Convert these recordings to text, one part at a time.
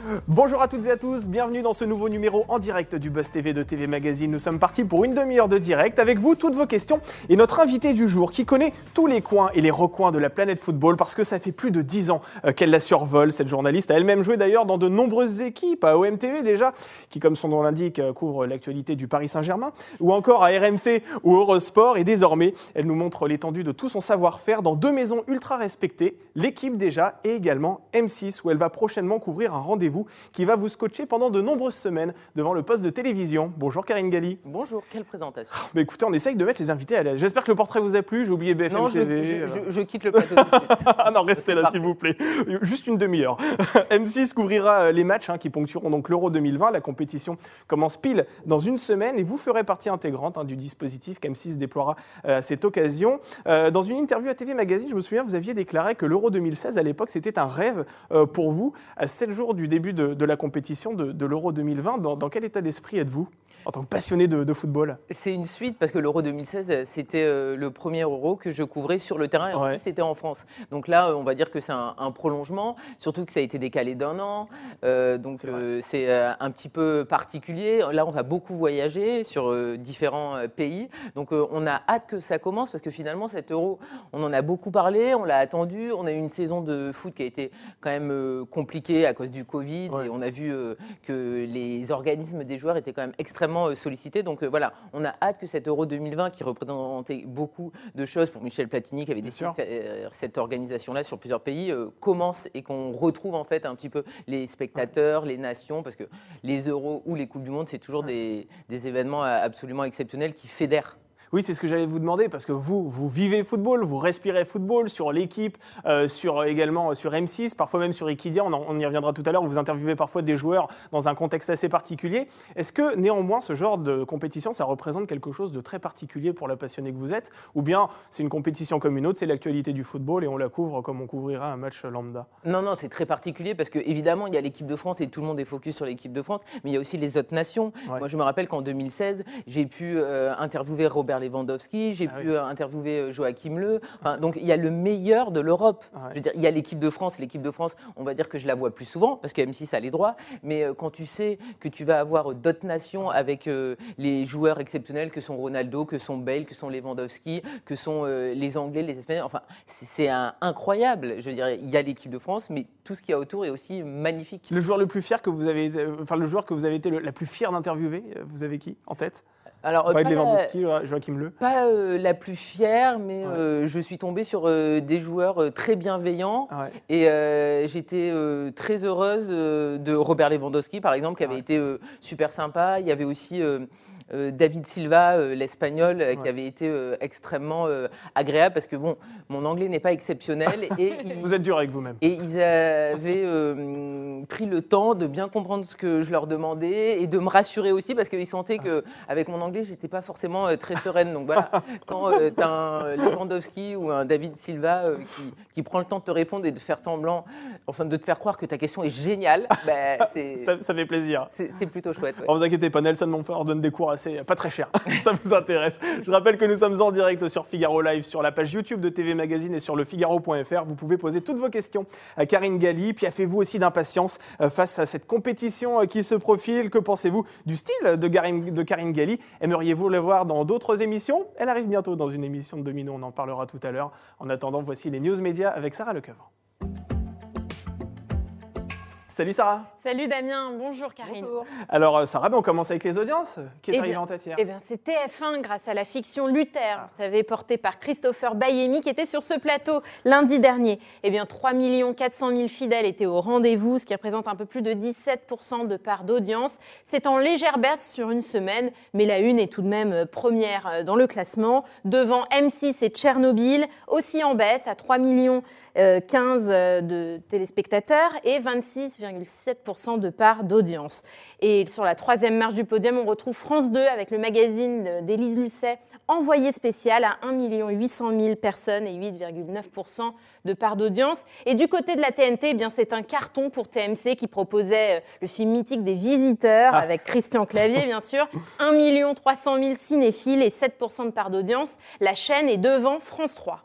Bonjour à toutes et à tous, bienvenue dans ce nouveau numéro en direct du Buzz TV de TV Magazine. Nous sommes partis pour une demi-heure de direct avec vous, toutes vos questions et notre invité du jour qui connaît tous les coins et les recoins de la planète football parce que ça fait plus de 10 ans qu'elle la survole. Cette journaliste a elle-même joué d'ailleurs dans de nombreuses équipes, à OMTV déjà, qui comme son nom l'indique couvre l'actualité du Paris Saint-Germain, ou encore à RMC ou Eurosport, et désormais elle nous montre l'étendue de tout son savoir-faire dans deux maisons ultra respectées, l'équipe déjà et également M6 où elle va prochainement couvrir un rendez-vous qui va vous scotcher pendant de nombreuses semaines devant le poste de télévision. Bonjour Karine Galli. Bonjour, quelle présentation. Écoutez, on essaye de mettre les invités à l'aise. J'espère que le portrait vous a plu, j'ai oublié BFM TV. Je quitte le plateau tout de suite. Ah non, restez là s'il vous plaît. Juste une demi-heure. M6 couvrira les matchs qui ponctueront donc l'Euro 2020. La compétition commence pile dans une semaine et vous ferez partie intégrante du dispositif qu'M6 déploiera à cette occasion. Dans une interview à TV Magazine, je me souviens, vous aviez déclaré que l'Euro 2016 à l'époque c'était un rêve pour vous. À 7 jours du début de la compétition de l'Euro 2020, dans quel état d'esprit êtes-vous en tant que passionné de football? C'est une suite parce que l'Euro 2016, c'était le premier Euro que je couvrais sur le terrain et en plus c'était en France. Donc là, on va dire que c'est un prolongement, surtout que ça a été décalé d'un an. Donc c'est un petit peu particulier. Là, on va beaucoup voyager sur différents pays. Donc on a hâte que ça commence parce que finalement, cet Euro, on en a beaucoup parlé, on l'a attendu. On a eu une saison de foot qui a été quand même compliquée à cause du Covid. Et on a vu que les organismes des joueurs étaient quand même extrêmement sollicités. Donc voilà, on a hâte que cet Euro 2020, qui représentait beaucoup de choses pour Michel Platini, qui avait décidé de faire cette organisation-là sur plusieurs pays, commence et qu'on retrouve en fait un petit peu les spectateurs, les nations, parce que les Euros ou les Coupes du Monde, c'est toujours des événements absolument exceptionnels qui fédèrent. Oui, c'est ce que j'allais vous demander, parce que vous vivez football, vous respirez football sur l'équipe, également sur M6, parfois même sur Equidia, on y reviendra tout à l'heure, vous interviewez parfois des joueurs dans un contexte assez particulier. Est-ce que néanmoins, ce genre de compétition, ça représente quelque chose de très particulier pour la passionnée que vous êtes? Ou bien c'est une compétition comme une autre, c'est l'actualité du football et on la couvre comme on couvrirait un match lambda? Non, c'est très particulier parce qu'évidemment, il y a l'équipe de France et tout le monde est focus sur l'équipe de France, mais il y a aussi les autres nations. Ouais. Moi, je me rappelle qu'en 2016, j'ai pu interviewer Robert Lewandowski, j'ai pu interviewer Joachim Löw. Enfin, donc, il y a le meilleur de l'Europe. Ouais. Je veux dire, il y a l'équipe de France. L'équipe de France, on va dire que je la vois plus souvent parce que M6 a les droits. Mais quand tu sais que tu vas avoir d'autres nations avec les joueurs exceptionnels que sont Ronaldo, que sont Bale, que sont Lewandowski, que sont les Anglais, les Espagnols. Enfin, c'est incroyable. Je veux dire, il y a l'équipe de France, mais tout ce qu'il y a autour est aussi magnifique. Le joueur le plus fier que vous avez, le joueur que vous avez été la plus fière d'interviewer, vous avez qui en tête? Alors, pas Lewandowski, Joachim Löw. Pas la plus fière, mais je suis tombée sur des joueurs très bienveillants. Et j'étais très heureuse de Robert Lewandowski, par exemple, qui avait été super sympa. Il y avait aussi David Silva, l'Espagnol, qui avait été extrêmement agréable, parce que bon, mon anglais n'est pas exceptionnel. Et vous êtes dur avec vous-même. Et ils avaient pris le temps de bien comprendre ce que je leur demandais et de me rassurer aussi, parce qu'ils sentaient qu'avec mon anglais, j'étais pas forcément très sereine. Donc voilà, quand tu as un Lewandowski ou un David Silva qui prend le temps de te répondre et de faire semblant, enfin de te faire croire que ta question est géniale, ça fait plaisir. C'est plutôt chouette. Ne vous inquiétez pas, Nelson Montfort donne des cours pas très cher, ça vous intéresse. Je rappelle que nous sommes en direct sur Figaro Live, sur la page YouTube de TV Magazine et sur lefigaro.fr. Vous pouvez poser toutes vos questions à Karine Galli. Piaffez-vous aussi d'impatience face à cette compétition qui se profile. Que pensez-vous du style de Karine Galli? Aimeriez-vous la voir dans d'autres émissions? Elle arrive bientôt dans une émission de Domino, on en parlera tout à l'heure. En attendant, voici les news médias avec Sarah Lecoeuvre. Salut Sarah. Salut Damien, bonjour Karine. Bonjour. Alors Sarah, on commence avec les audiences. Qui est arrivé en tête hier? C'est TF1 grâce à la fiction Luther, vous savez, portée par Christopher Bayemi qui était sur ce plateau lundi dernier. 3 400 000 fidèles étaient au rendez-vous, ce qui représente un peu plus de 17% de part d'audience. C'est en légère baisse sur une semaine, mais la une est tout de même première dans le classement, devant M6 et Tchernobyl, aussi en baisse à 3 15 de téléspectateurs et 26,7% de part d'audience. Et sur la troisième marche du podium, on retrouve France 2 avec le magazine d'Élise Lucet, Envoyé spécial à 1 800 000 personnes et 8,9% de part d'audience. Et du côté de la TNT, c'est un carton pour TMC qui proposait le film mythique des Visiteurs avec Christian Clavier, bien sûr. 1 300 000 cinéphiles et 7% de part d'audience. La chaîne est devant France 3.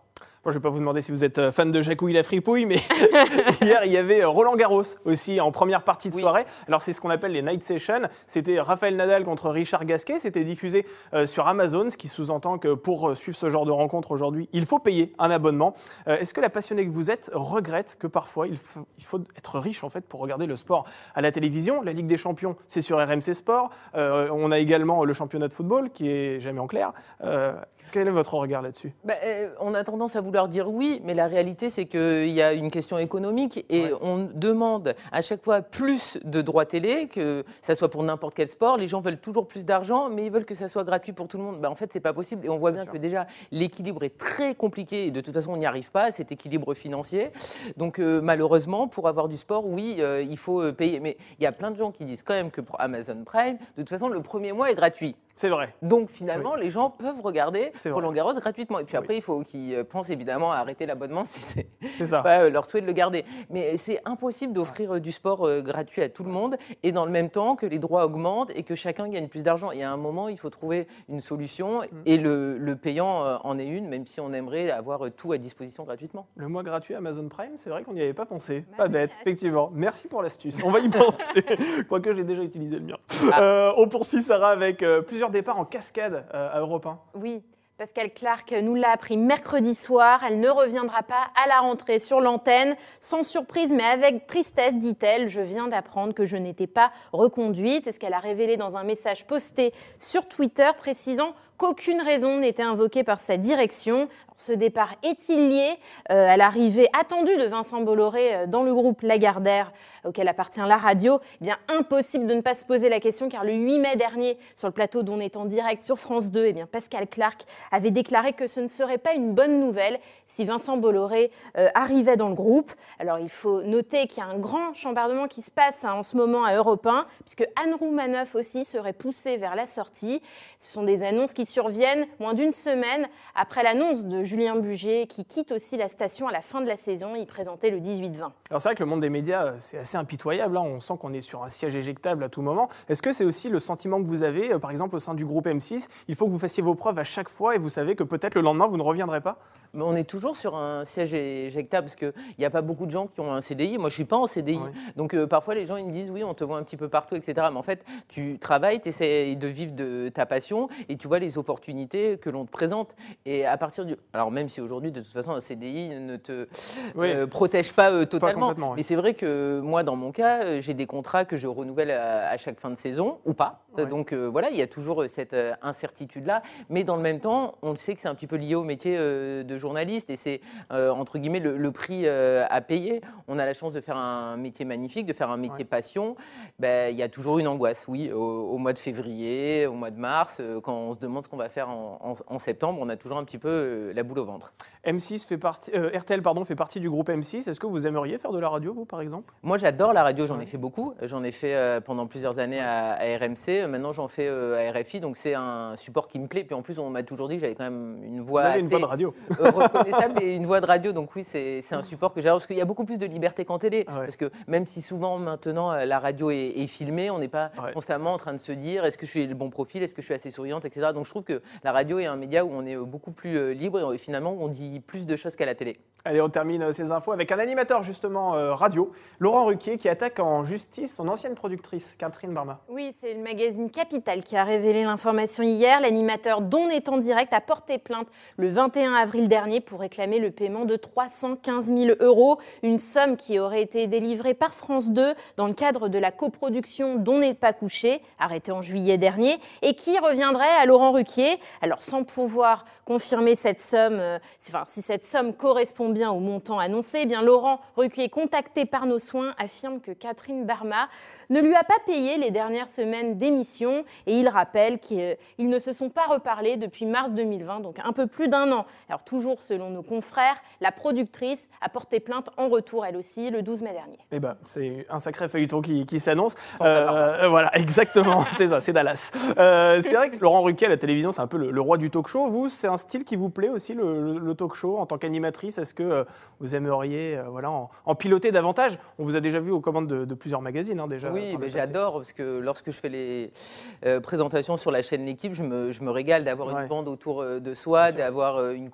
je ne vais pas vous demander si vous êtes fan de Jacouille la fripouille, mais hier, il y avait Roland Garros aussi en première partie de soirée. Alors, c'est ce qu'on appelle les night sessions. C'était Rafael Nadal contre Richard Gasquet. C'était diffusé sur Amazon, ce qui sous-entend que pour suivre ce genre de rencontre aujourd'hui, il faut payer un abonnement. Est-ce que la passionnée que vous êtes regrette que parfois, il faut être riche en fait pour regarder le sport à la télévision? La Ligue des Champions, c'est sur RMC Sport. On a également le championnat de football qui est jamais en clair. Quel est votre regard là-dessus? On a tendance à vouloir dire oui, mais la réalité, c'est qu'il y a une question économique et on demande à chaque fois plus de droits télé, que ça soit pour n'importe quel sport. Les gens veulent toujours plus d'argent, mais ils veulent que ça soit gratuit pour tout le monde. En fait, c'est pas possible et on voit bien que déjà l'équilibre est très compliqué et de toute façon, on n'y arrive pas, cet équilibre financier. Donc malheureusement, pour avoir du sport, oui, il faut payer. Mais il y a plein de gens qui disent quand même que pour Amazon Prime, de toute façon, le premier mois est gratuit. C'est vrai. Donc finalement, les gens peuvent regarder Roland Garros gratuitement. Et puis après, il faut qu'ils pensent évidemment à arrêter l'abonnement si c'est pas leur souhait de le garder. Mais c'est impossible d'offrir du sport gratuit à tout le monde et dans le même temps que les droits augmentent et que chacun gagne plus d'argent. Et à un moment, il faut trouver une solution et le payant en est une, même si on aimerait avoir tout à disposition gratuitement. Le mois gratuit Amazon Prime, c'est vrai qu'on n'y avait pas pensé. Pas bête, effectivement. Merci pour l'astuce. On va y penser. Quoique j'ai déjà utilisé le mien. On poursuit, Sarah, avec plusieurs départ en cascade à Europe 1. Oui, Pascale Clark nous l'a appris mercredi soir. Elle ne reviendra pas à la rentrée sur l'antenne. Sans surprise, mais avec tristesse, dit-elle, je viens d'apprendre que je n'étais pas reconduite. C'est ce qu'elle a révélé dans un message posté sur Twitter, précisant qu'aucune raison n'était invoquée par sa direction. Ce départ est-il lié à l'arrivée attendue de Vincent Bolloré dans le groupe Lagardère auquel appartient la radio? Eh bien, impossible de ne pas se poser la question car le 8 mai dernier, sur le plateau d'On est en direct sur France 2, eh bien, Pascale Clark avait déclaré que ce ne serait pas une bonne nouvelle si Vincent Bolloré arrivait dans le groupe. Alors, il faut noter qu'il y a un grand chambardement qui se passe en ce moment à Europe 1, puisque Anne Roumanoff aussi serait poussée vers la sortie. Ce sont des annonces qui surviennent moins d'une semaine après l'annonce de Julien Bugier qui quitte aussi la station à la fin de la saison. Il présentait le 18-20. Alors c'est vrai que le monde des médias, c'est assez impitoyable. On sent qu'on est sur un siège éjectable à tout moment. Est-ce que c'est aussi le sentiment que vous avez, par exemple, au sein du groupe M6? Il faut que vous fassiez vos preuves à chaque fois et vous savez que peut-être le lendemain, vous ne reviendrez pas? Mais on est toujours sur un siège éjectable parce qu'il n'y a pas beaucoup de gens qui ont un CDI. Moi, je ne suis pas en CDI. Donc parfois, les gens ils me disent oui, on te voit un petit peu partout, etc. Mais en fait, tu travailles, tu essaies de vivre de ta passion et tu vois les opportunités que l'on te présente. Et à partir du... Alors même si aujourd'hui, de toute façon, un CDI ne te protège pas totalement. Mais c'est vrai que moi, dans mon cas, j'ai des contrats que je renouvelle à chaque fin de saison ou pas. Donc voilà, il y a toujours cette incertitude-là. Mais dans le même temps, on le sait que c'est un petit peu lié au métier de journaliste et c'est entre guillemets le prix à payer. On a la chance de faire un métier magnifique, de faire un métier passion. Il y a toujours une angoisse, oui, au mois de février, au mois de mars, quand on se demande ce qu'on va faire en septembre, on a toujours un petit peu la boule au ventre. M6 fait partie, RTL fait partie du groupe M6. Est-ce que vous aimeriez faire de la radio, vous, par exemple? Moi, j'adore la radio, j'en ai fait beaucoup. J'en ai fait pendant plusieurs années à RMC. Maintenant, j'en fais à RFI, donc c'est un support qui me plaît. Puis en plus, on m'a toujours dit que j'avais quand même une voix assez une voix de radio. reconnaissable et une voix de radio. Donc oui, c'est un support que j'adore parce qu'il y a beaucoup plus de liberté qu'en télé. Parce que même si souvent, maintenant, la radio est filmée, on n'est pas constamment en train de se dire est-ce que je suis le bon profil, est-ce que je suis assez souriante, etc. Donc je trouve que la radio est un média où on est beaucoup plus libre et finalement, on dit plus de choses qu'à la télé. Allez, on termine ces infos avec un animateur justement radio, Laurent Ruquier, qui attaque en justice son ancienne productrice, Catherine Barma. Oui, c'est le magazine Capital qui a révélé l'information hier. L'animateur d'On est en direct a porté plainte le 21 avril dernier pour réclamer le paiement de 315 000 €, une somme qui aurait été délivrée par France 2 dans le cadre de la coproduction d'On n'est pas couché, arrêtée en juillet dernier, et qui reviendrait à Laurent Ruquier. Alors, sans pouvoir confirmer cette somme, si cette somme correspond bien au montant annoncé, eh bien Laurent Ruquier, contacté par nos soins, affirme que Catherine Barma ne lui a pas payé les dernières semaines d'émission et il rappelle qu'ils ne se sont pas reparlés depuis mars 2020, donc un peu plus d'1 an. Alors toujours selon nos confrères, la productrice a porté plainte en retour elle aussi le 12 mai dernier. Eh ben, c'est un sacré feuilleton qui s'annonce. Voilà, exactement, c'est ça, c'est Dallas. C'est vrai que Laurent Ruquier à la télévision, c'est un peu le roi du talk show. Vous, c'est un style qui vous plaît aussi, le talk show en tant qu'animatrice? Est-ce que vous aimeriez en piloter davantage? On vous a déjà vu aux commandes de plusieurs magazines déjà. Oui, j'adore parce que lorsque je fais les présentations sur la chaîne L'Équipe, je me régale d'avoir une bande autour de soi, d'avoir une connivence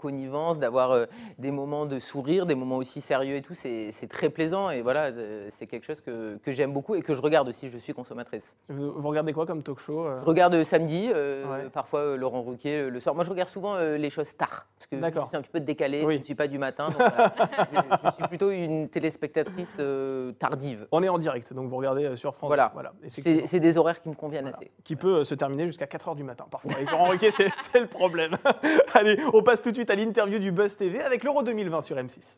ambiance, d'avoir des moments de sourire, des moments aussi sérieux et tout. C'est très plaisant et voilà, c'est quelque chose que j'aime beaucoup et que je regarde aussi. Je suis consommatrice. Vous regardez quoi comme talk show Je regarde samedi, parfois Laurent Ruquier le soir. Moi, je regarde souvent les choses tard parce que je suis un petit peu décalé. Je ne suis pas du matin. Donc, je suis plutôt une téléspectatrice tardive. On est en direct, donc vous regardez sur France. Voilà. C'est des horaires qui me conviennent assez. Qui peut se terminer jusqu'à 4h du matin parfois. Avec Laurent Ruquier, c'est le problème. Allez, on passe tout de suite à l'interview du Buzz TV avec l'Euro 2020 sur M6.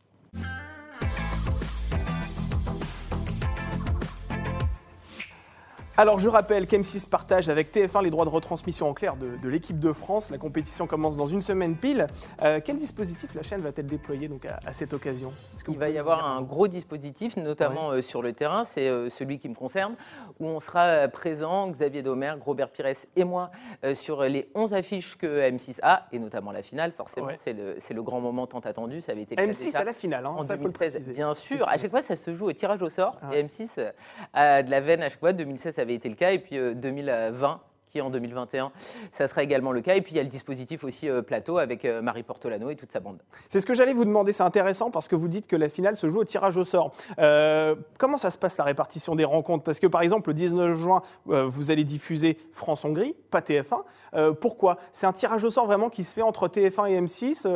Alors je rappelle qu'M6 partage avec TF1 les droits de retransmission en clair de l'équipe de France. La compétition commence dans une semaine pile. Quel dispositif la chaîne va-t-elle déployer donc à cette occasion? Il va y avoir un gros dispositif, notamment sur le terrain, c'est celui qui me concerne, où on sera présent, Xavier Domer, Robert Pires et moi, sur les 11 affiches que M6 a, et notamment la finale, forcément, c'est le grand moment tant attendu. Ça avait été M6 à la finale, en 2016, bien sûr. À chaque fois, ça se joue au tirage au sort, et M6 a de la veine à chaque fois. 2016, ça avait été le cas, et puis 2020, qui en 2021, ça sera également le cas. Et puis il y a le dispositif aussi plateau avec Marie Portolano et toute sa bande. C'est ce que j'allais vous demander, c'est intéressant parce que vous dites que la finale se joue au tirage au sort. Comment ça se passe la répartition des rencontres? Parce que par exemple, le 19 juin, vous allez diffuser France-Hongrie, pas TF1. Pourquoi? C'est un tirage au sort vraiment qui se fait entre TF1 et M6,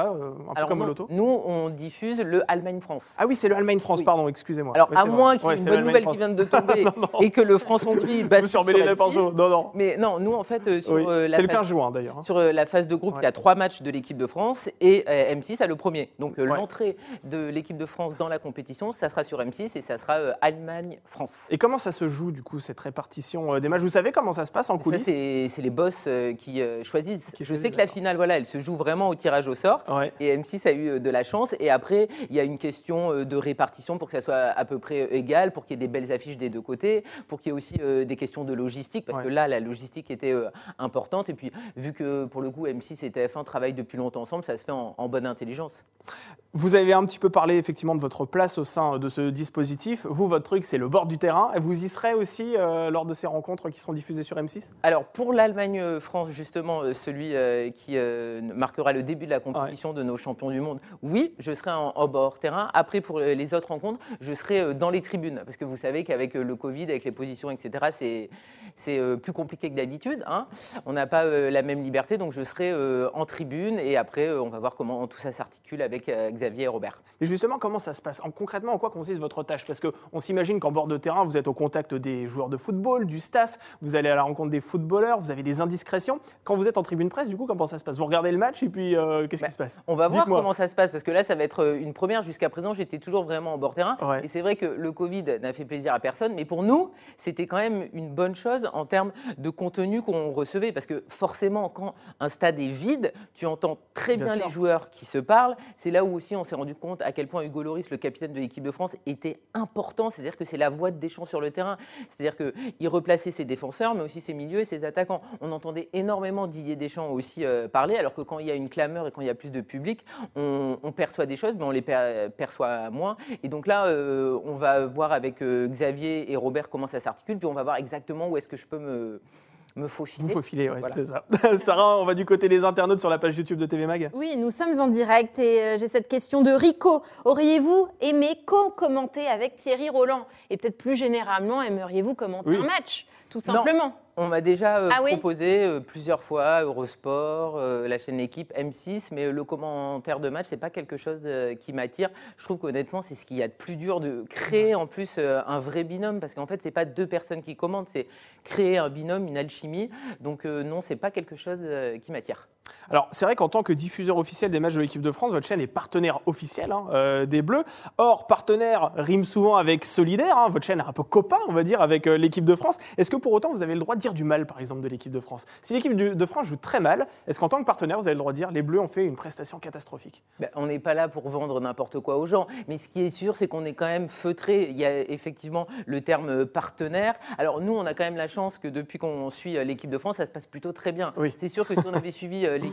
un peu comme au loto? Nous, on diffuse le Allemagne-France. Ah oui, c'est le Allemagne-France, pardon, excusez-moi. Alors à moins qu'il y ait une bonne nouvelle qui vienne de tomber et que le France-Hongrie basse sur M6. Non. Mais non, nous en fait, sur c'est le 15 juin d'ailleurs. Sur la phase de groupe, il y a 3 matchs de l'équipe de France et M6 a le premier. Donc l'entrée de l'équipe de France dans la compétition, ça sera sur M6 et ça sera Allemagne-France. Et comment ça se joue du coup cette répartition des matchs? Vous savez comment ça se passe en coulisses? C'est les boss qui choisissent. Je sais que la finale, elle se joue vraiment au tirage au sort et M6 a eu de la chance. Et après, il y a une question de répartition pour que ça soit à peu près égal, pour qu'il y ait des belles affiches des deux côtés, pour qu'il y ait aussi des questions de logistique, parce que là, la logistique était importante. Et puis, vu que pour le coup, M6 et TF1 travaillent depuis longtemps ensemble, ça se fait en bonne intelligence. Vous avez un petit peu parlé effectivement de votre place au sein de ce dispositif. Vous, votre truc, c'est le bord du terrain. Et vous y serez aussi lors de ces rencontres qui seront diffusées sur M6? Alors, pour l'Allemagne-France, justement, celui qui marquera le début de la compétition de nos champions du monde, oui, je serai en bord terrain. Après, pour les autres rencontres, je serai dans les tribunes. Parce que vous savez qu'avec le Covid, avec les positions, etc., c'est plus compliqué que d'habitude. On n'a pas la même liberté, donc je serai en tribune. Et après, on va voir comment tout ça s'articule avec Xavier et Robert. Et justement, comment ça se passe? Concrètement, en quoi consiste votre tâche? Parce qu'on s'imagine qu'en bord de terrain, vous êtes au contact des joueurs de football, du staff, vous allez à la rencontre des footballeurs, vous avez des indiscrétions. Quand vous êtes en tribune presse, du coup, comment ça se passe? Vous regardez le match et puis qu'est-ce qui se passe? On va voir comment ça se passe, parce que là, ça va être une première. Jusqu'à présent, j'étais toujours vraiment en bord terrain. Et c'est vrai que le Covid n'a fait plaisir à personne, mais pour nous, c'était quand même une bonne chose en termes de contenu qu'on recevait, parce que forcément, quand un stade est vide, tu entends très bien les joueurs qui se parlent. C'est là où aussi on s'est rendu compte à quel point Hugo Lloris, le capitaine de l'équipe de France, était important. C'est-à-dire que c'est la voix de Deschamps sur le terrain. C'est-à-dire qu'il replaçait ses défenseurs, mais aussi ses milieux et ses attaquants. On entendait énormément Didier Deschamps aussi parler, alors que quand il y a une clameur et quand il y a plus de public, on perçoit des choses, mais on les perçoit moins. Et donc là, on va voir avec Xavier et Robert comment ça s'articule, puis on va voir exactement où est-ce que je peux me faufiler. Vous faufiler, oui, c'est ça. Sarah, on va du côté des internautes sur la page YouTube de TV Mag. Oui, nous sommes en direct et j'ai cette question de Rico. Auriez-vous aimé co-commenter avec Thierry Roland? Et peut-être plus généralement, aimeriez-vous commenter un match, tout simplement? Non. On m'a déjà proposé plusieurs fois Eurosport, la chaîne Équipe, M6, mais le commentaire de match, c'est pas quelque chose qui m'attire. Je trouve qu'honnêtement, c'est ce qu'il y a de plus dur de créer en plus un vrai binôme, parce qu'en fait, c'est pas deux personnes qui commentent, c'est créer un binôme, une alchimie. Donc non, c'est pas quelque chose qui m'attire. Alors, c'est vrai qu'en tant que diffuseur officiel des matchs de l'équipe de France, votre chaîne est partenaire officiel des Bleus. Or, partenaire rime souvent avec solidaire. Votre chaîne est un peu copain, on va dire, avec l'équipe de France. Est-ce que pour autant, vous avez le droit de dire du mal, par exemple, de l'équipe de France? Si l'équipe de France joue très mal, est-ce qu'en tant que partenaire, vous avez le droit de dire les Bleus ont fait une prestation catastrophique? On n'est pas là pour vendre n'importe quoi aux gens. Mais ce qui est sûr, c'est qu'on est quand même feutré. Il y a effectivement le terme partenaire. Alors, nous, on a quand même la chance que depuis qu'on suit l'équipe de France, ça se passe plutôt très bien. Oui. C'est sûr que si on avait suivi l'équipe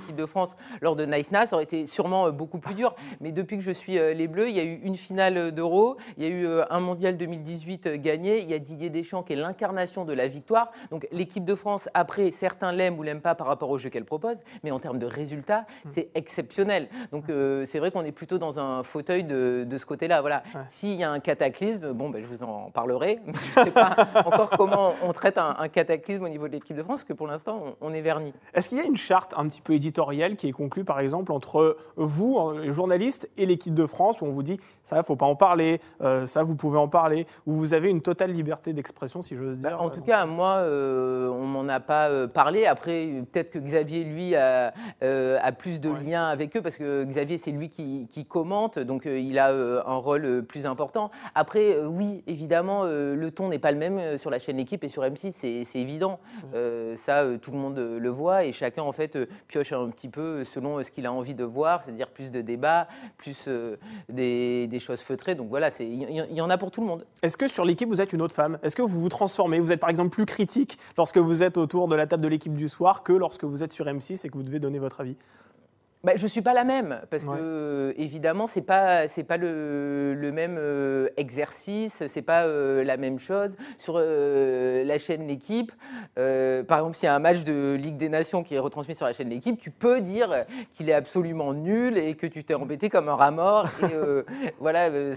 l'équipe de France lors de Nice-Na, ça aurait été sûrement beaucoup plus dur. Mais depuis que je suis les Bleus, il y a eu une finale d'Euro, il y a eu un mondial 2018 gagné, il y a Didier Deschamps qui est l'incarnation de la victoire. Donc l'équipe de France, après, certains l'aiment ou l'aiment pas par rapport au jeu qu'elle propose, mais en termes de résultats, c'est exceptionnel. Donc c'est vrai qu'on est plutôt dans un fauteuil de ce côté-là. Voilà. S'il y a un cataclysme, bon, je vous en parlerai. Je ne sais pas encore comment on traite un cataclysme au niveau de l'équipe de France, parce que pour l'instant, on est verni. Est-ce qu'il y a une charte un petit peu éditoriale qui est conclue, par exemple, entre vous, les journalistes, et l'équipe de France, où on vous dit ça, il ne faut pas en parler, ça, vous pouvez en parler, où vous avez une totale liberté d'expression, si j'ose dire? En tout cas, moi, on ne m'en a pas parlé. Après, peut-être que Xavier, lui, a plus de liens avec eux, parce que Xavier, c'est lui qui commente, donc il a un rôle plus important. Après, oui, évidemment, le ton n'est pas le même sur la chaîne L'équipe et sur M6, c'est évident. Ça, tout le monde le voit, et chacun, en fait, pioche un petit peu selon ce qu'il a envie de voir, c'est-à-dire plus de débats, plus des choses feutrées. Donc voilà, il y en a pour tout le monde. Est-ce que sur l'équipe, vous êtes une autre femme? Est-ce que vous vous transformez? Vous êtes par exemple plus critique lorsque vous êtes autour de la table de l'équipe du soir que lorsque vous êtes sur M6 et que vous devez donner votre avis? Je ne suis pas la même, parce que évidemment, ce n'est pas le même exercice, ce n'est pas la même chose. Sur la chaîne L'équipe, par exemple, s'il y a un match de Ligue des Nations qui est retransmis sur la chaîne L'équipe, tu peux dire qu'il est absolument nul et que tu t'es embêté comme un rat mort. Et voilà,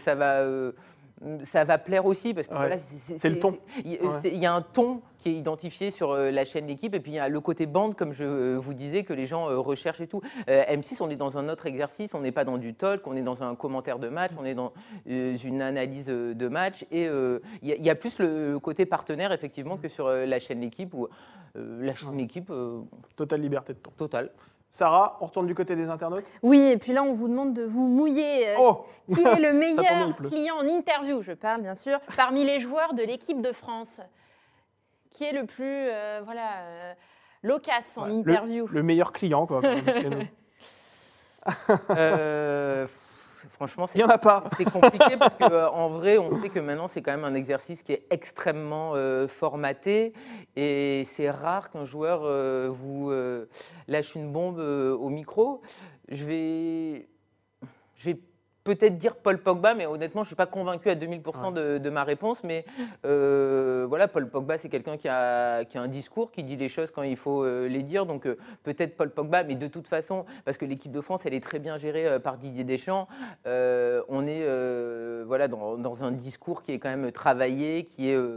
ça va plaire aussi, parce que voilà, c'est le ton. Il y a un ton qui est identifié sur la chaîne L'équipe, et puis il y a le côté bande, comme je vous disais, que les gens recherchent et tout. M6, on est dans un autre exercice, on n'est pas dans du talk, on est dans un commentaire de match, on est dans une analyse de match, et il y a plus le côté partenaire, effectivement, que sur la chaîne L'équipe, où la chaîne L'équipe... Totale liberté de ton. Totale. Sarah, on retourne du côté des internautes? Oui, et puis là, on vous demande de vous mouiller. Qui est le meilleur client en interview, je parle bien sûr, parmi les joueurs de l'équipe de France? Qui est le plus loquace en interview? Le meilleur client, quoi. Franchement, il n'y en a pas. C'est compliqué, parce qu'en vrai, on sait que maintenant, c'est quand même un exercice qui est extrêmement formaté, et c'est rare qu'un joueur vous lâche une bombe au micro. Je vais peut-être dire Paul Pogba, mais honnêtement, je ne suis pas convaincu à 2000% de ma réponse. Mais voilà, Paul Pogba, c'est quelqu'un qui a un discours, qui dit les choses quand il faut les dire. Donc peut-être Paul Pogba, mais de toute façon, parce que l'équipe de France, elle est très bien gérée par Didier Deschamps, on est dans un discours qui est quand même travaillé, qui est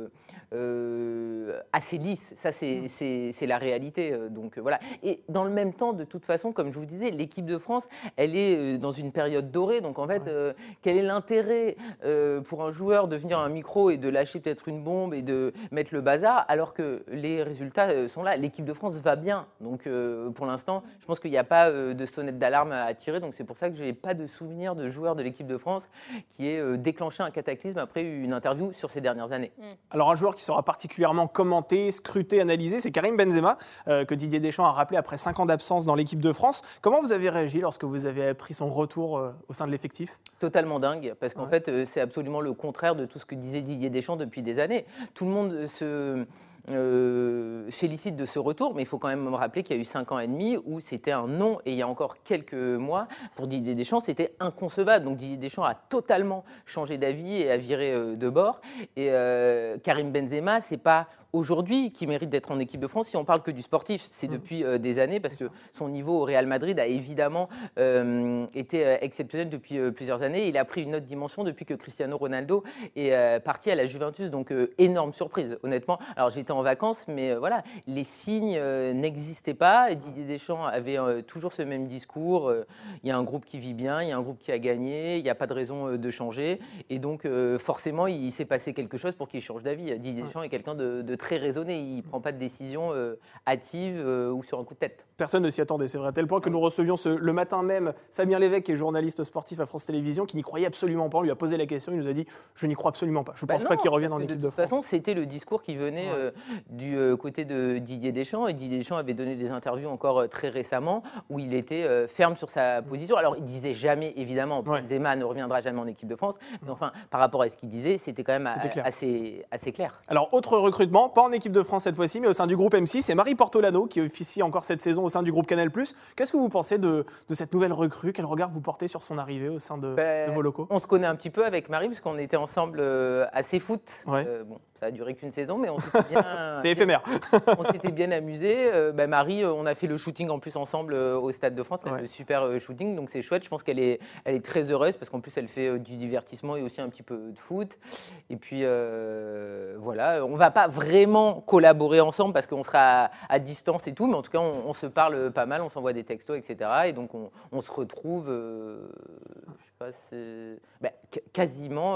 assez lisse. Ça, c'est la réalité. Donc voilà. Et dans le même temps, de toute façon, comme je vous disais, l'équipe de France, elle est dans une période dorée. Donc en fait, quel est l'intérêt pour un joueur de venir à un micro et de lâcher peut-être une bombe et de mettre le bazar, alors que les résultats sont là? L'équipe de France va bien. Donc pour l'instant, je pense qu'il n'y a pas de sonnette d'alarme à tirer. Donc c'est pour ça que je n'ai pas de souvenir de joueur de l'équipe de France qui ait déclenché un cataclysme après une interview sur ces dernières années. Alors un joueur qui sera particulièrement commenté, scruté, analysé, c'est Karim Benzema, que Didier Deschamps a rappelé après 5 ans d'absence dans l'équipe de France. Comment vous avez réagi lorsque vous avez appris son retour au sein de l'effectif? Totalement dingue, parce qu'en fait, c'est absolument le contraire de tout ce que disait Didier Deschamps depuis des années. Tout le monde se félicite de ce retour, mais il faut quand même me rappeler qu'il y a eu 5 ans et demi où c'était un non, et il y a encore quelques mois, pour Didier Deschamps, c'était inconcevable. Donc Didier Deschamps a totalement changé d'avis et a viré de bord. Et Karim Benzema, c'est pas aujourd'hui qui mérite d'être en équipe de France. Si on parle que du sportif, c'est depuis des années, parce que son niveau au Real Madrid a évidemment été exceptionnel depuis plusieurs années. Il a pris une autre dimension depuis que Cristiano Ronaldo est parti à la Juventus. Donc énorme surprise, honnêtement. Alors j'étais en vacances, mais voilà, les signes n'existaient pas. Didier Deschamps avait toujours ce même discours. Il y a un groupe qui vit bien, il y a un groupe qui a gagné, il n'y a pas de raison de changer. Et donc forcément, il s'est passé quelque chose pour qu'il change d'avis. Didier Deschamps est quelqu'un de très raisonné. Il ne prend pas de décision hâtive ou sur un coup de tête. Personne ne s'y attendait, c'est vrai. À tel point que nous recevions le matin même Fabien Lévesque, qui est journaliste sportif à France Télévisions, qui n'y croyait absolument pas. On lui a posé la question, il nous a dit « Je n'y crois absolument pas. Je ne pense pas qu'il revienne en équipe de France. » De toute façon, c'était le discours qui venait du côté de Didier Deschamps. Et Didier Deschamps avait donné des interviews encore très récemment où il était ferme sur sa position. Alors, il disait jamais, évidemment, Benzema ne reviendra jamais en équipe de France. Mais enfin, par rapport à ce qu'il disait, c'était quand même assez clair. Alors, autre recrutement, pas en équipe de France cette fois-ci, mais au sein du groupe M6, c'est Marie Portolano qui officie encore cette saison au sein du groupe Canal+. Qu'est-ce que vous pensez de cette nouvelle recrue? Quel regard vous portez sur son arrivée au sein de vos locaux? On se connaît un petit peu avec Marie, parce qu'on était ensemble assez foot. Bon, ça a duré qu'une saison, mais on s'était bien... C'était éphémère. On s'était bien amusé. Marie, on a fait le shooting en plus ensemble au Stade de France. Elle a le super shooting, donc c'est chouette. Je pense qu'elle est très heureuse, parce qu'en plus, elle fait du divertissement et aussi un petit peu de foot. Et puis, voilà, on ne va pas vraiment collaborer ensemble, parce qu'on sera à distance et tout, mais en tout cas, on se parle pas mal, on s'envoie des textos, etc. Et donc, on se retrouve, je sais pas, quasiment...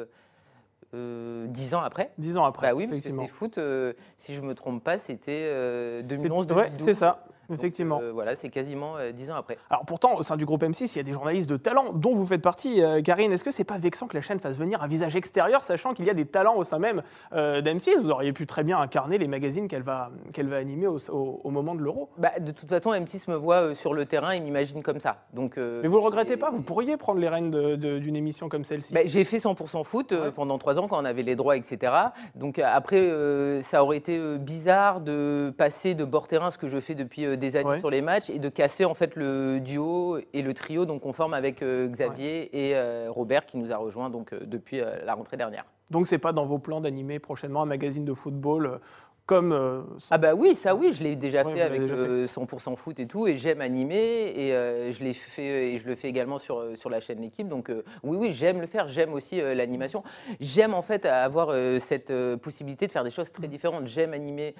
10 ans après. 10 ans après. Bah oui, parce que c'est foot. Si je me trompe pas, c'était 2011-2012. Ouais, c'est ça. Effectivement. Donc, voilà, c'est quasiment 10 ans après. Alors pourtant, au sein du groupe M6, il y a des journalistes de talent dont vous faites partie. Karine, est-ce que c'est pas vexant que la chaîne fasse venir un visage extérieur, sachant qu'il y a des talents au sein même d'M6? Vous auriez pu très bien incarner les magazines qu'elle va animer au moment de l'Euro. De toute façon, M6 me voit sur le terrain et m'imagine comme ça. Donc, mais vous ne le regrettez pas? Vous pourriez prendre les rênes d'une émission comme celle-ci? J'ai fait 100% foot pendant 3 ans quand on avait les droits, etc. Donc après, ça aurait été bizarre de passer de bord terrain, ce que je fais depuis des années sur les matchs, et de casser en fait le duo et le trio qu'on forme avec Xavier et Robert, qui nous a rejoints depuis la rentrée dernière. Donc c'est pas dans vos plans d'animer prochainement un magazine de football comme oui, ça oui, je l'ai déjà fait avec 100% foot et tout, et j'aime animer, et je l'ai fait, et je le fais également sur la chaîne L'Équipe. Donc oui, j'aime le faire, j'aime aussi l'animation. J'aime en fait avoir cette possibilité de faire des choses très différentes. J'aime animer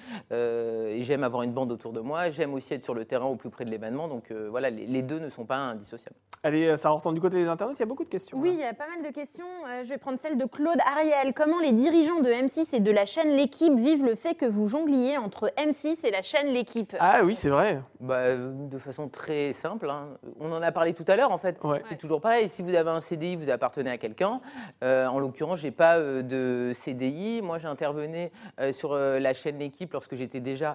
et j'aime avoir une bande autour de moi. J'aime aussi être sur le terrain au plus près de l'événement. Donc voilà, les deux ne sont pas indissociables. Allez, ça retourne du côté des internautes, il y a beaucoup de questions. Oui, il y a pas mal de questions. Je vais prendre celle de Claude Ariel. Comment les dirigeants de M6 et de la chaîne L'Équipe vivent le fait que vous jongliez entre M6 et la chaîne L'Équipe? Ah oui, c'est vrai. De façon très simple. On en a parlé tout à l'heure, en fait. C'est toujours pareil. Si vous avez un CDI, vous appartenez à quelqu'un. En l'occurrence, je n'ai pas de CDI. Moi, j'intervenais sur la chaîne L'Équipe lorsque j'étais déjà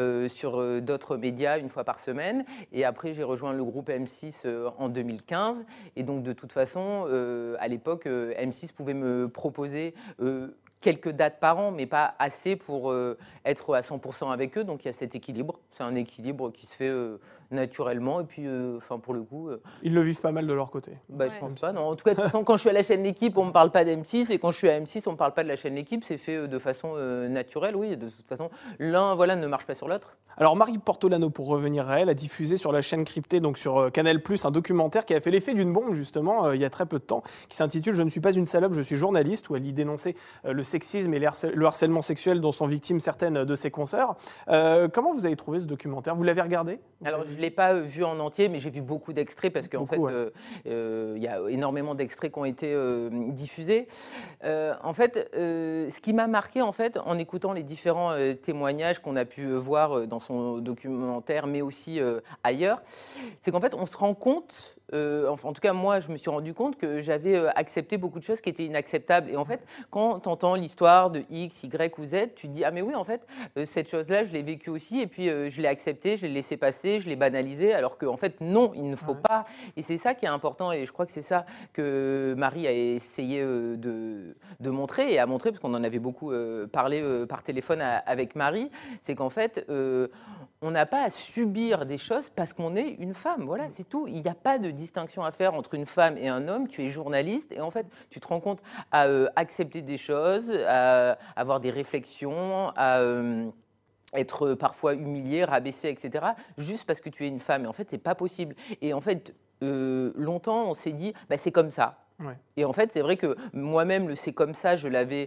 sur d'autres médias une fois par semaine. Et après, j'ai rejoint le groupe M6 en 2015. Et donc, de toute façon, à l'époque, M6 pouvait me proposer quelques dates par an, mais pas assez pour être à 100% avec eux. Donc il y a cet équilibre. C'est un équilibre qui se fait naturellement. Et puis, pour le coup... Ils le vivent pas mal de leur côté. Je pense pas. Non. En tout cas, quand je suis à la chaîne L'Équipe, on ne me parle pas d'M6. Et quand je suis à M6, on ne me parle pas de la chaîne L'Équipe. C'est fait de façon naturelle, oui. De toute façon, l'un ne marche pas sur l'autre. Alors Marie Portolano, pour revenir à elle, a diffusé sur la chaîne cryptée, donc sur Canal+, un documentaire qui a fait l'effet d'une bombe, justement, il y a très peu de temps, qui s'intitule « Je ne suis pas une salope, je suis journaliste », où elle y dénonçait le sexisme et le harcèlement sexuel dont sont victimes certaines de ses consoeurs. Comment vous avez trouvé ce documentaire? Vous l'avez regardé? Alors, je ne l'ai pas vu en entier, mais j'ai vu beaucoup d'extraits, parce qu'en fait, il y a énormément d'extraits qui ont été diffusés. En fait, ce qui m'a marqué, en fait, en écoutant les différents témoignages qu'on a pu voir dans son documentaire, mais aussi ailleurs, c'est qu'en fait, on se rend compte, en tout cas, moi, je me suis rendu compte que j'avais accepté beaucoup de choses qui étaient inacceptables. Et en fait, quand tu entends l'histoire de X, Y ou Z, tu te dis « Ah mais oui, en fait, cette chose-là, je l'ai vécue aussi, et puis je l'ai acceptée, je l'ai laissée passer, je l'ai banalisée, alors qu'en fait, non, il ne faut pas. » Et c'est ça qui est important, et je crois que c'est ça que Marie a essayé de montrer, et a montré, parce qu'on en avait beaucoup parlé par téléphone avec Marie, c'est qu'en fait, on n'a pas à subir des choses parce qu'on est une femme. Voilà, c'est tout. Il n'y a pas de distinction à faire entre une femme et un homme. Tu es journaliste et en fait, tu te rends compte à accepter des choses, à avoir des réflexions, à être parfois humilié, rabaissé, etc. juste parce que tu es une femme. Et en fait, c'est pas possible. Et en fait, longtemps, on s'est dit, c'est comme ça. Ouais. Et en fait, c'est vrai que moi-même, le c'est comme ça, je l'avais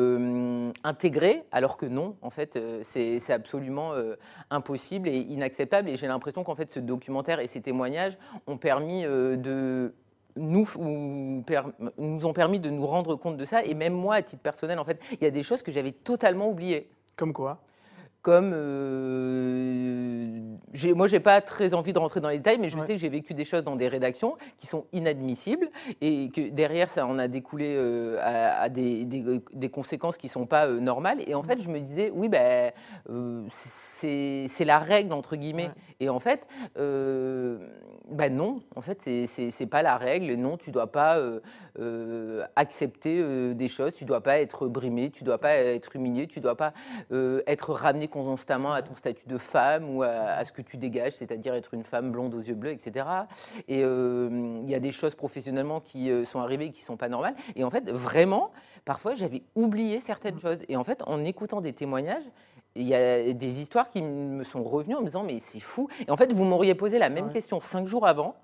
intégré, alors que non, en fait, c'est absolument impossible et inacceptable. Et j'ai l'impression qu'en fait, ce documentaire et ces témoignages ont permis nous ont permis de nous rendre compte de ça. Et même moi, à titre personnel, en fait, il y a des choses que j'avais totalement oubliées. Comme quoi ? comme moi, j'ai pas très envie de rentrer dans les détails, mais je sais que j'ai vécu des choses dans des rédactions qui sont inadmissibles et que derrière, ça en a découlé à des conséquences qui sont pas normales. Et en fait, je me disais, oui, c'est la règle, entre guillemets. Et en fait, non, en fait, c'est pas la règle. Non, tu dois pas accepter des choses, tu dois pas être brimé, tu dois pas être humilié, tu dois pas être ramené constamment à ton statut de femme ou à ce que tu dégages, c'est-à-dire être une femme blonde aux yeux bleus, etc. Et il y a des choses professionnellement qui sont arrivées et qui sont pas normales. Et en fait, vraiment, parfois, j'avais oublié certaines choses. Et en fait, en écoutant des témoignages, il y a des histoires qui me sont revenues en me disant « mais c'est fou ». Et en fait, vous m'auriez posé la même question 5 jours avant.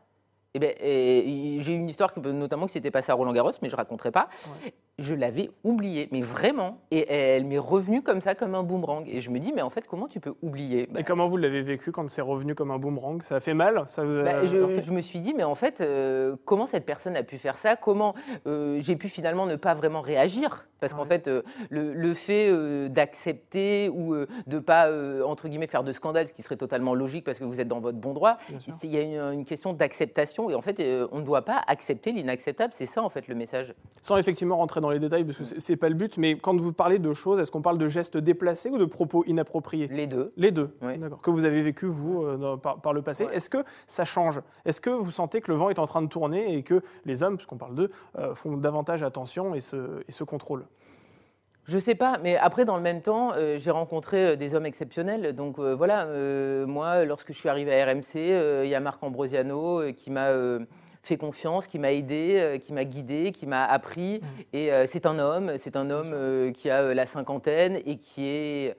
Et j'ai une histoire notamment qui s'était passée à Roland-Garros, mais je ne raconterai pas. Je l'avais oubliée, mais vraiment. Et elle m'est revenue comme ça, comme un boomerang. Et je me dis, mais en fait, comment tu peux oublier ? Et comment vous l'avez vécu quand c'est revenu comme un boomerang ? Ça a fait mal ? Ça vous a je me suis dit, mais en fait, comment cette personne a pu faire ça ? Comment j'ai pu finalement ne pas vraiment réagir ? Parce qu'en fait, le fait d'accepter ou de ne pas, entre guillemets, faire de scandale, ce qui serait totalement logique parce que vous êtes dans votre bon droit, il y a une question d'acceptation. Et en fait, on ne doit pas accepter l'inacceptable. C'est ça, en fait, le message. Sans effectivement rentrer dans les détails, parce que c'est pas le but, mais quand vous parlez de choses, est-ce qu'on parle de gestes déplacés ou de propos inappropriés ? Les deux. Les deux, oui. D'accord. Que vous avez vécu, vous, par le passé. Est-ce que ça change ? Est-ce que vous sentez que le vent est en train de tourner et que les hommes, puisqu'on parle d'eux, font davantage attention et se contrôlent ? Je sais pas, mais après, dans le même temps, j'ai rencontré des hommes exceptionnels. Donc moi, lorsque je suis arrivée à RMC, il y a Marc Ambrosiano qui m'a fait confiance, qui m'a aidé, qui m'a guidé, qui m'a appris. Et c'est un homme qui a la cinquantaine et qui est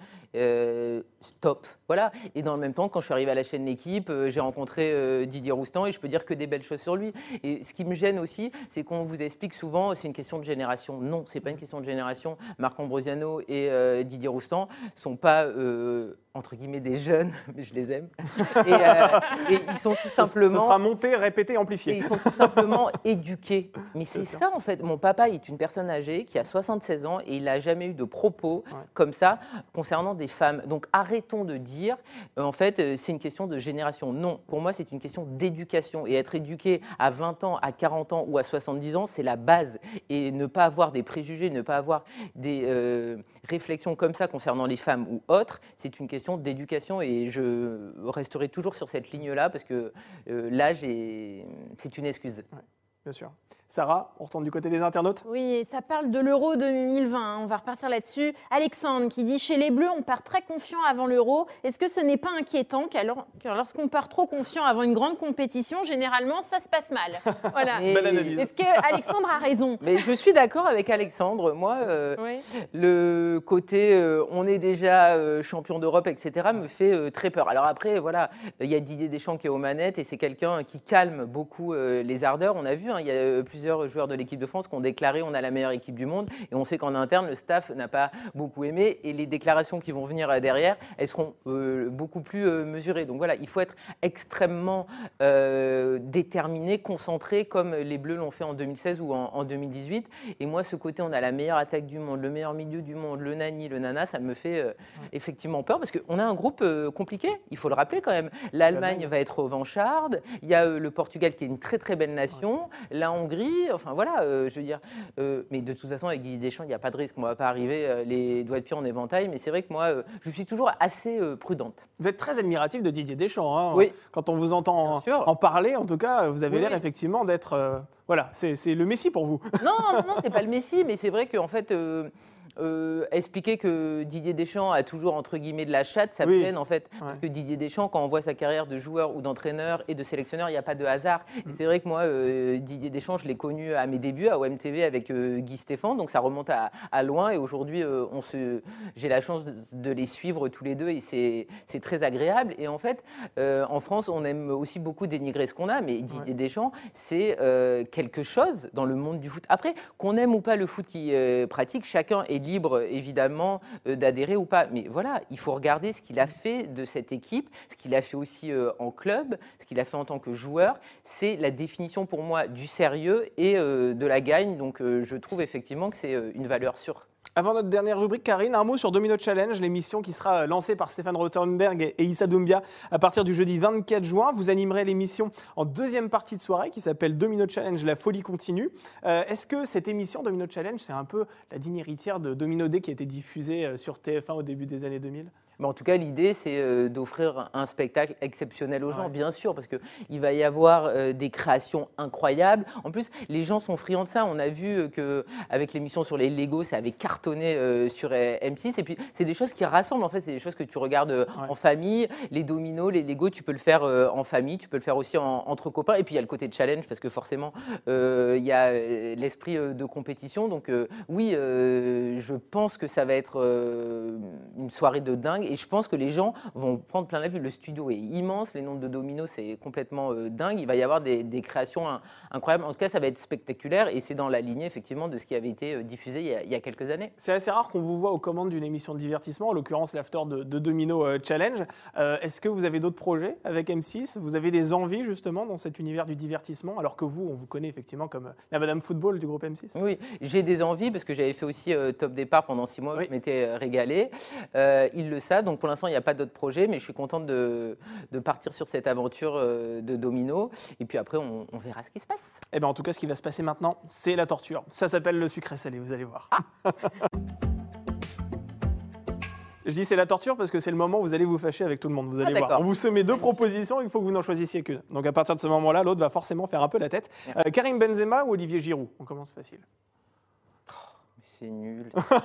top. Voilà. Et dans le même temps, quand je suis arrivée à la chaîne L'Équipe, j'ai rencontré Didier Roustan et je peux dire que des belles choses sur lui. Et ce qui me gêne aussi, c'est qu'on vous explique souvent c'est une question de génération. Non, c'est pas une question de génération. Marc Ambrosiano et Didier Roustan sont pas entre guillemets des jeunes, mais je les aime. Et ils sont tout simplement. Ça sera monté, répété, amplifié. Et ils sont tout simplement éduqués. Mais c'est ça en fait. Mon papa est une personne âgée qui a 76 ans et il n'a jamais eu de propos comme ça concernant des femmes. Donc arrêtons de dire en fait c'est une question de génération. Non, pour moi c'est une question d'éducation. Et être éduqué à 20 ans, à 40 ans ou à 70 ans, c'est la base. Et ne pas avoir des préjugés, ne pas avoir des réflexions comme ça concernant les femmes ou autres, c'est une question d'éducation. Et je resterai toujours sur cette ligne-là parce que l'âge, c'est une excuse. Ouais, bien sûr. Sarah, on retourne du côté des internautes ? Oui, ça parle de l'Euro 2020, on va repartir là-dessus. Alexandre qui dit « Chez les Bleus, on part très confiant avant l'Euro. Est-ce que ce n'est pas inquiétant car lorsqu'on part trop confiant avant une grande compétition, généralement, ça se passe mal ?» Voilà. Belle analyse. Est-ce que Alexandre a raison ? Mais je suis d'accord avec Alexandre. Moi, le côté on est déjà champion d'Europe, etc., me fait très peur. Alors après, voilà, il y a Didier Deschamps qui est aux manettes et c'est quelqu'un qui calme beaucoup les ardeurs. On a vu, il y a plusieurs joueurs de l'équipe de France qui ont déclaré on a la meilleure équipe du monde et on sait qu'en interne le staff n'a pas beaucoup aimé et les déclarations qui vont venir derrière elles seront beaucoup plus mesurées. Donc voilà, il faut être extrêmement déterminé, concentré comme les Bleus l'ont fait en 2016 ou en 2018. Et moi ce côté on a la meilleure attaque du monde, le meilleur milieu du monde, le nani, le nana, ça me fait effectivement peur parce qu'on a un groupe compliqué, il faut le rappeler quand même. L'Allemagne va être revancharde, il y a le Portugal qui est une très très belle nation, la Hongrie. Enfin voilà, je veux dire, mais de toute façon avec Didier Deschamps, il n'y a pas de risque. On ne va pas arriver les doigts de pied en éventail, mais c'est vrai que moi, je suis toujours assez prudente. Vous êtes très admiratif de Didier Deschamps. Hein. Oui. Quand on vous entend en parler, en tout cas, vous avez l'air effectivement d'être... voilà, c'est le Messi pour vous. Non, c'est pas le Messi, mais c'est vrai qu'en fait... expliquer que Didier Deschamps a toujours entre guillemets de la chatte, ça me gêne en fait, parce que Didier Deschamps, quand on voit sa carrière de joueur ou d'entraîneur et de sélectionneur, il n'y a pas de hasard. Et c'est vrai que moi, Didier Deschamps, je l'ai connu à mes débuts à OMTV avec Guy Stéphane, donc ça remonte à loin. Et aujourd'hui, j'ai la chance de les suivre tous les deux et c'est très agréable. Et en fait, en France, on aime aussi beaucoup dénigrer ce qu'on a, mais Didier Deschamps, c'est quelque chose dans le monde du foot. Après, qu'on aime ou pas le foot qu'il pratique, chacun est libre, évidemment, d'adhérer ou pas. Mais voilà, il faut regarder ce qu'il a fait de cette équipe, ce qu'il a fait aussi en club, ce qu'il a fait en tant que joueur. C'est la définition pour moi du sérieux et de la gagne. Donc, je trouve effectivement que c'est une valeur sûre. Avant notre dernière rubrique, Karine, un mot sur Domino Challenge, l'émission qui sera lancée par Stéphane Rothenberg et Issa Doumbia à partir du jeudi 24 juin. Vous animerez l'émission en deuxième partie de soirée qui s'appelle Domino Challenge, la folie continue. Est-ce que cette émission Domino Challenge, c'est un peu la digne héritière de Domino Day qui a été diffusée sur TF1 au début des années 2000 ? Mais en tout cas, l'idée, c'est d'offrir un spectacle exceptionnel aux gens, bien sûr, parce qu'il va y avoir des créations incroyables. En plus, les gens sont friands de ça. On a vu qu'avec l'émission sur les Lego, ça avait cartonné sur M6. Et puis, c'est des choses qui rassemblent. En fait, c'est des choses que tu regardes en famille. Les dominos, les Lego, tu peux le faire en famille. Tu peux le faire aussi entre copains. Et puis, il y a le côté challenge, parce que forcément, il y a l'esprit de compétition. Donc, oui, je pense que ça va être une soirée de dingue. Et je pense que les gens vont prendre plein la vue. Le studio est immense, les nombres de dominos, c'est complètement dingue. Il va y avoir des créations incroyables. En tout cas, ça va être spectaculaire et c'est dans la lignée, effectivement, de ce qui avait été diffusé il y a quelques années. C'est assez rare qu'on vous voit aux commandes d'une émission de divertissement, en l'occurrence l'after de Domino Challenge. Est-ce que vous avez d'autres projets avec M6 ? Vous avez des envies, justement, dans cet univers du divertissement, alors que vous, on vous connaît effectivement comme la Madame Football du groupe M6 ? Oui, j'ai des envies, parce que j'avais fait aussi Top Départ pendant 6 mois, où je m'étais régalé. Ils le savent. Donc pour l'instant, il n'y a pas d'autres projets, mais je suis contente de partir sur cette aventure de Domino. Et puis après, on verra ce qui se passe. Eh ben, en tout cas, ce qui va se passer maintenant, c'est la torture. Ça s'appelle le sucré salé, vous allez voir. Je dis c'est la torture parce que c'est le moment où vous allez vous fâcher avec tout le monde. Vous allez voir. On vous soumet 2 propositions, il faut que vous n'en choisissiez qu'une. Donc à partir de ce moment-là, l'autre va forcément faire un peu la tête. Karim Benzema ou Olivier Giroud ? On commence facile. C'est nul.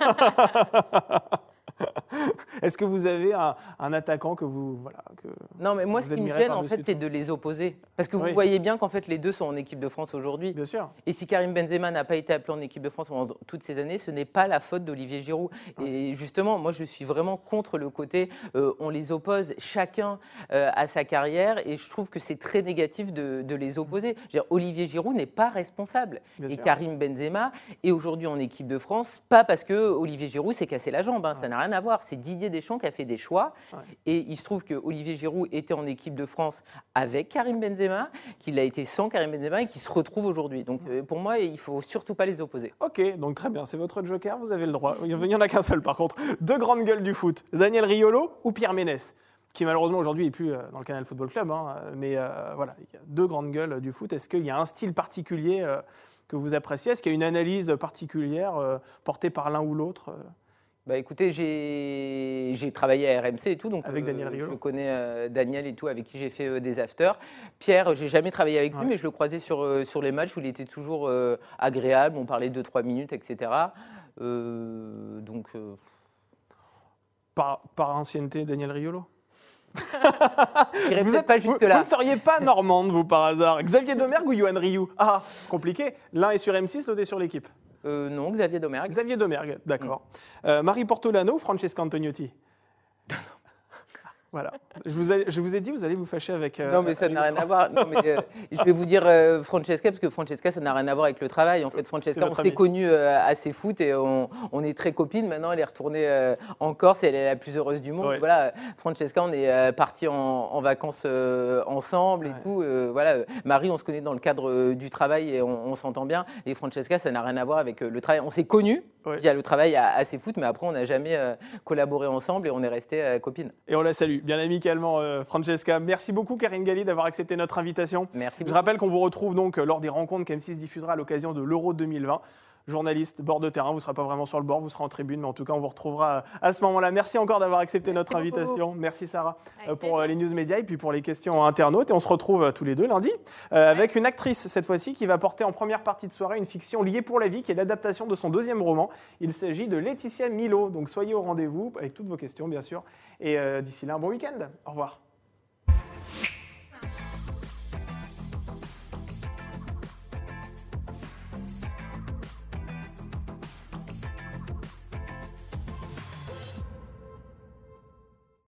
Est-ce que vous avez un attaquant que vous Non, mais moi, ce qui me gêne, en fait, c'est de les opposer. Parce que vous voyez bien qu'en fait, les deux sont en équipe de France aujourd'hui. Bien sûr. Et si Karim Benzema n'a pas été appelé en équipe de France pendant toutes ces années, ce n'est pas la faute d'Olivier Giroud. Et justement, moi, je suis vraiment contre le côté on les oppose chacun à sa carrière. Et je trouve que c'est très négatif de les opposer. Je veux dire, Olivier Giroud n'est pas responsable. Bien sûr. Karim Benzema est aujourd'hui en équipe de France, pas parce que Olivier Giroud s'est cassé la jambe. Ça n'a rien à voir. C'est Didier Deschamps qui a fait des choix. Et il se trouve que Olivier Giroud était en équipe de France avec Karim Benzema, qu'il a été sans Karim Benzema et qu'il se retrouve aujourd'hui. Donc pour moi, il ne faut surtout pas les opposer. Ok, donc très bien, c'est votre joker, vous avez le droit. Il n'y en a qu'un seul par contre. 2 grandes gueules du foot, Daniel Riolo ou Pierre Ménès, qui malheureusement aujourd'hui n'est plus dans le Canal Football Club. Mais voilà, il y a 2 grandes gueules du foot. Est-ce qu'il y a un style particulier que vous appréciez ? Est-ce qu'il y a une analyse particulière portée par l'un ou l'autre Bah écoutez, j'ai travaillé à RMC et tout, donc avec Daniel Riolo. Je connais Daniel et tout, avec qui j'ai fait des afters. Pierre, j'ai jamais travaillé avec lui, mais je le croisais sur les matchs où il était toujours agréable, on parlait 2-3 minutes, etc. Par ancienneté, Daniel Riolo. Vous ne seriez pas normande, vous, par hasard. Xavier Domergue ou Yoann Rioux ? Ah, compliqué. L'un est sur M6, l'autre est sur l'équipe. Non, Xavier Domergue. Xavier Domergue, d'accord. Marie Portolano ou Francesca Antoniotti ? Voilà. Je vous ai dit, vous allez vous fâcher avec... non, mais ça n'a rien à voir. Non, mais, je vais vous dire Francesca, parce que Francesca, ça n'a rien à voir avec le travail. En fait, Francesca, on s'est connus assez foot et on est très copines. Maintenant, elle est retournée en Corse et elle est la plus heureuse du monde. Ouais. Voilà, Francesca, on est partis en vacances ensemble et tout. Voilà, Marie, on se connaît dans le cadre du travail et on s'entend bien. Et Francesca, ça n'a rien à voir avec le travail. On s'est connus via le travail assez foot, mais après, on n'a jamais collaboré ensemble et on est restés copines. Et on la salue. Bien amicalement, Francesca. Merci beaucoup, Karine Galli, d'avoir accepté notre invitation. Merci beaucoup. Je rappelle qu'on vous retrouve donc lors des rencontres qu'M6 diffusera à l'occasion de l'Euro 2020. Journaliste, bord de terrain, vous ne serez pas vraiment sur le bord, vous serez en tribune, mais en tout cas, on vous retrouvera à ce moment-là. Merci encore d'avoir accepté notre invitation. Merci Sarah pour les news médias et puis pour les questions internautes. Et on se retrouve tous les deux lundi avec une actrice, cette fois-ci, qui va porter en première partie de soirée une fiction liée pour la vie, qui est l'adaptation de son 2e roman. Il s'agit de Laetitia Milo. Donc soyez au rendez-vous avec toutes vos questions, bien sûr. Et d'ici là, un bon week-end. Au revoir.